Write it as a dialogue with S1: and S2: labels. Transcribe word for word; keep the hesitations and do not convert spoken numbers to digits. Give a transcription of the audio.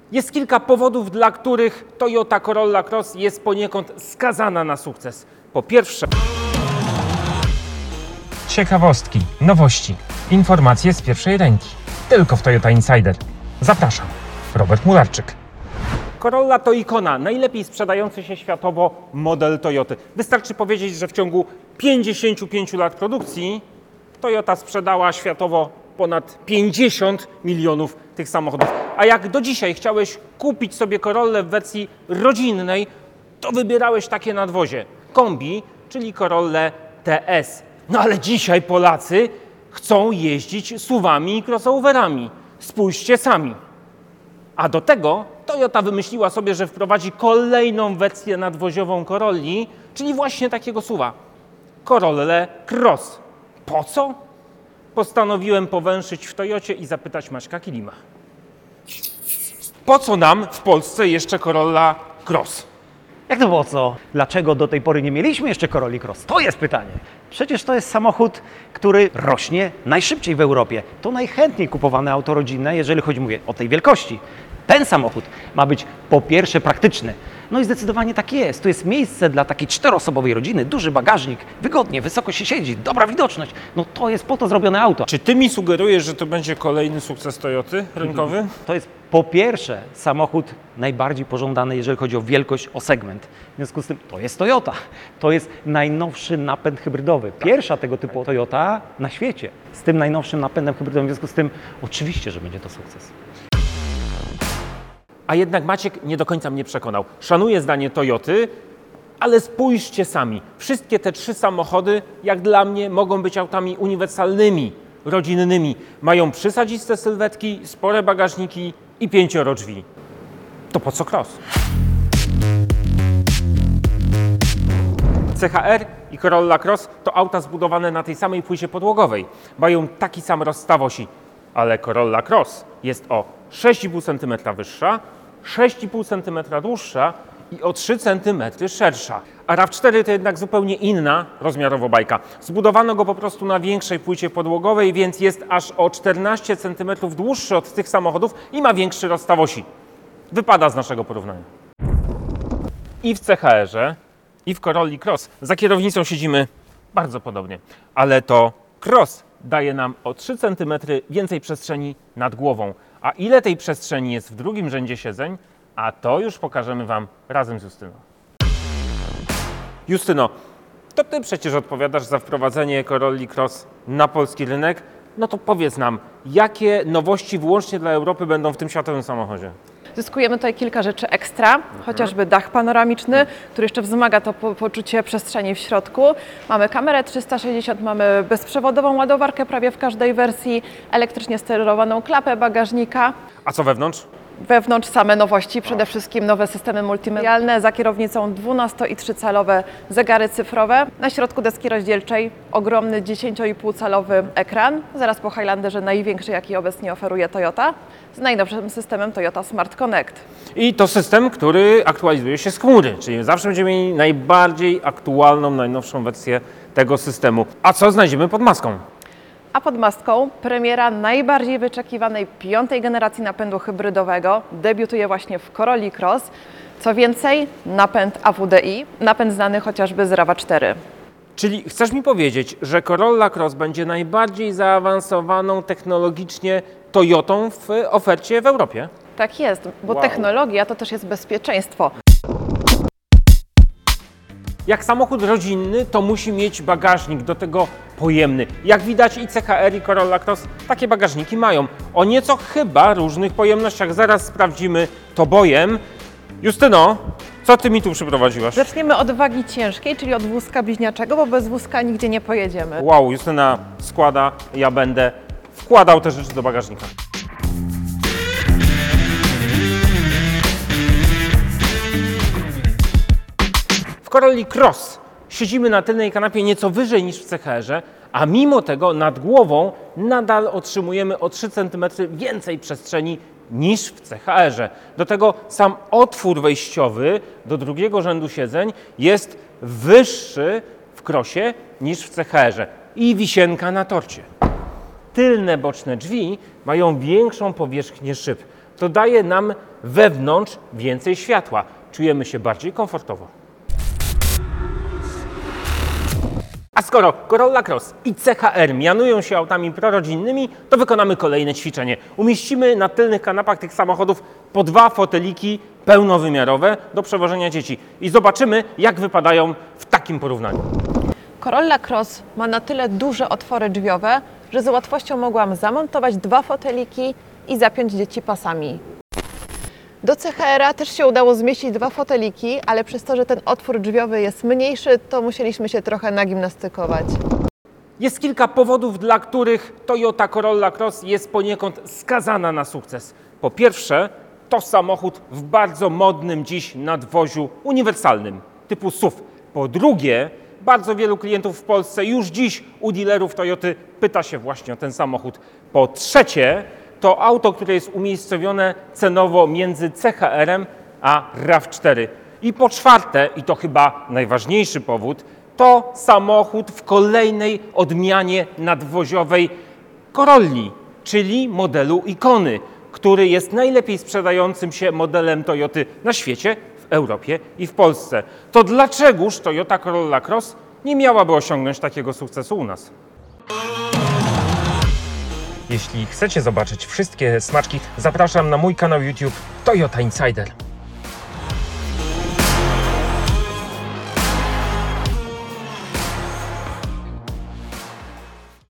S1: Jest kilka powodów, dla których Toyota Corolla Cross jest poniekąd skazana na sukces. Po pierwsze,
S2: Ciekawostki, nowości, informacje z pierwszej ręki. Tylko w Toyota Insider. Zapraszam, Robert Mularczyk.
S1: Corolla to ikona, najlepiej sprzedający się światowo model Toyoty. Wystarczy powiedzieć, że w ciągu pięćdziesięciu pięciu lat produkcji Toyota sprzedała światowo ponad pięćdziesiąt milionów tych samochodów. A jak do dzisiaj chciałeś kupić sobie Corollę w wersji rodzinnej, to wybierałeś takie nadwozie. Kombi, czyli Corollę T S. No ale dzisiaj Polacy chcą jeździć S U V-ami i crossoverami. Spójrzcie sami. A do tego Toyota wymyśliła sobie, że wprowadzi kolejną wersję nadwoziową Corolli, czyli właśnie takiego S U V-a. Corollę Cross. Po co? Postanowiłem powęszyć w Toyocie i zapytać Maćka Kilima. Po co nam w Polsce jeszcze Corolla Cross?
S3: Jak to po co? Dlaczego do tej pory nie mieliśmy jeszcze Corolli Cross? To jest pytanie. Przecież to jest samochód, który rośnie najszybciej w Europie. To najchętniej kupowane auto rodzinne, jeżeli chodzi mówię, o tej wielkości. Ten samochód ma być po pierwsze praktyczny. No i zdecydowanie tak jest. Tu jest miejsce dla takiej czteroosobowej rodziny, duży bagażnik, wygodnie, wysoko się siedzi, dobra widoczność. No to jest po to zrobione auto.
S1: Czy ty mi sugerujesz, że to będzie kolejny sukces Toyoty rynkowy?
S3: To jest po pierwsze samochód najbardziej pożądany, jeżeli chodzi o wielkość, o segment. W związku z tym to jest Toyota. To jest najnowszy napęd hybrydowy. Pierwsza tego typu Toyota na świecie z tym najnowszym napędem hybrydowym. W związku z tym oczywiście, że będzie to sukces.
S1: A jednak Maciek nie do końca mnie przekonał. Szanuję zdanie Toyoty, ale spójrzcie sami. Wszystkie te trzy samochody, jak dla mnie, mogą być autami uniwersalnymi, rodzinnymi. Mają przysadziste sylwetki, spore bagażniki i pięcioro drzwi. To po co Cross? C H R i Corolla Cross to auta zbudowane na tej samej płycie podłogowej. Mają taki sam rozstaw osi, ale Corolla Cross jest o sześć i pół centymetra wyższa, sześć i pół centymetra dłuższa i o trzy centymetry szersza. A RAV cztery to jednak zupełnie inna rozmiarowo bajka. Zbudowano go po prostu na większej płycie podłogowej, więc jest aż o czternaście centymetrów dłuższy od tych samochodów i ma większy rozstaw osi. Wypada z naszego porównania. I w C H R-ze, i w Corolli Cross za kierownicą siedzimy bardzo podobnie, ale to Cross daje nam o trzy centymetry więcej przestrzeni nad głową. A ile tej przestrzeni jest w drugim rzędzie siedzeń, a to już pokażemy Wam razem z Justyną. Justyno, to Ty przecież odpowiadasz za wprowadzenie Corolli Cross na polski rynek. No to powiedz nam, jakie nowości wyłącznie dla Europy będą w tym światowym samochodzie?
S4: Zyskujemy tutaj kilka rzeczy ekstra, mhm. chociażby dach panoramiczny, który jeszcze wzmaga to po poczucie przestrzeni w środku. Mamy kamerę trzysta sześćdziesiąt, mamy bezprzewodową ładowarkę prawie w każdej wersji, elektrycznie sterowaną klapę bagażnika.
S1: A co wewnątrz?
S4: Wewnątrz same nowości, przede wszystkim nowe systemy multimedialne, za kierownicą dwunasto i trzycalowe zegary cyfrowe. Na środku deski rozdzielczej ogromny dziesięć i pół calowy ekran, zaraz po Highlanderze największy, jaki obecnie oferuje Toyota, z najnowszym systemem Toyota Smart Connect.
S1: I to system, który aktualizuje się z chmury, czyli zawsze będziemy mieli najbardziej aktualną, najnowszą wersję tego systemu. A co znajdziemy pod maską?
S4: A pod maską premiera najbardziej wyczekiwanej piątej generacji napędu hybrydowego debiutuje właśnie w Corolli Cross. Co więcej, napęd A W D I, napęd znany chociażby z RAV cztery.
S1: Czyli chcesz mi powiedzieć, że Corolla Cross będzie najbardziej zaawansowaną technologicznie Toyotą w ofercie w Europie?
S4: Tak jest, bo
S1: Wow.
S4: technologia to też jest bezpieczeństwo.
S1: Jak samochód rodzinny, to musi mieć bagażnik, do tego pojemny. Jak widać i C H R i Corolla Cross takie bagażniki mają. O nieco chyba różnych pojemnościach. Zaraz sprawdzimy to bojem. Justyno, co ty mi tu przyprowadziłaś?
S4: Zaczniemy od wagi ciężkiej, czyli od wózka bliźniaczego, bo bez wózka nigdzie nie pojedziemy.
S1: Wow, Justyna składa, ja będę wkładał te rzeczy do bagażnika. W Corolli Cross siedzimy na tylnej kanapie nieco wyżej niż w C H R-ze, a mimo tego nad głową nadal otrzymujemy o trzy centymetry więcej przestrzeni niż w C H R-ze. Do tego sam otwór wejściowy do drugiego rzędu siedzeń jest wyższy w Crossie niż w C H R-ze. I wisienka na torcie. Tylne boczne drzwi mają większą powierzchnię szyb. to daje nam wewnątrz więcej światła. Czujemy się bardziej komfortowo. A skoro Corolla Cross i C H R mianują się autami prorodzinnymi, to wykonamy kolejne ćwiczenie. Umieścimy na tylnych kanapach tych samochodów po dwa foteliki pełnowymiarowe do przewożenia dzieci i zobaczymy, jak wypadają w takim porównaniu.
S4: Corolla Cross ma na tyle duże otwory drzwiowe, że z łatwością mogłam zamontować dwa foteliki i zapiąć dzieci pasami. Do C H R a też się udało zmieścić dwa foteliki, ale przez to, że ten otwór drzwiowy jest mniejszy, to musieliśmy się trochę nagimnastykować.
S1: Jest kilka powodów, dla których Toyota Corolla Cross jest poniekąd skazana na sukces. Po pierwsze, to samochód w bardzo modnym dziś nadwoziu uniwersalnym, typu S U V. Po drugie, bardzo wielu klientów w Polsce już dziś u dealerów Toyoty pyta się właśnie o ten samochód. Po trzecie, to auto, które jest umiejscowione cenowo między C H R em a RAV cztery. I po czwarte, i to chyba najważniejszy powód, to samochód w kolejnej odmianie nadwoziowej Corolli, czyli modelu Ikony, który jest najlepiej sprzedającym się modelem Toyoty na świecie, w Europie i w Polsce. To dlaczegoż Toyota Corolla Cross nie miałaby osiągnąć takiego sukcesu u nas?
S2: Jeśli chcecie zobaczyć wszystkie smaczki, zapraszam na mój kanał YouTube Toyota Insider.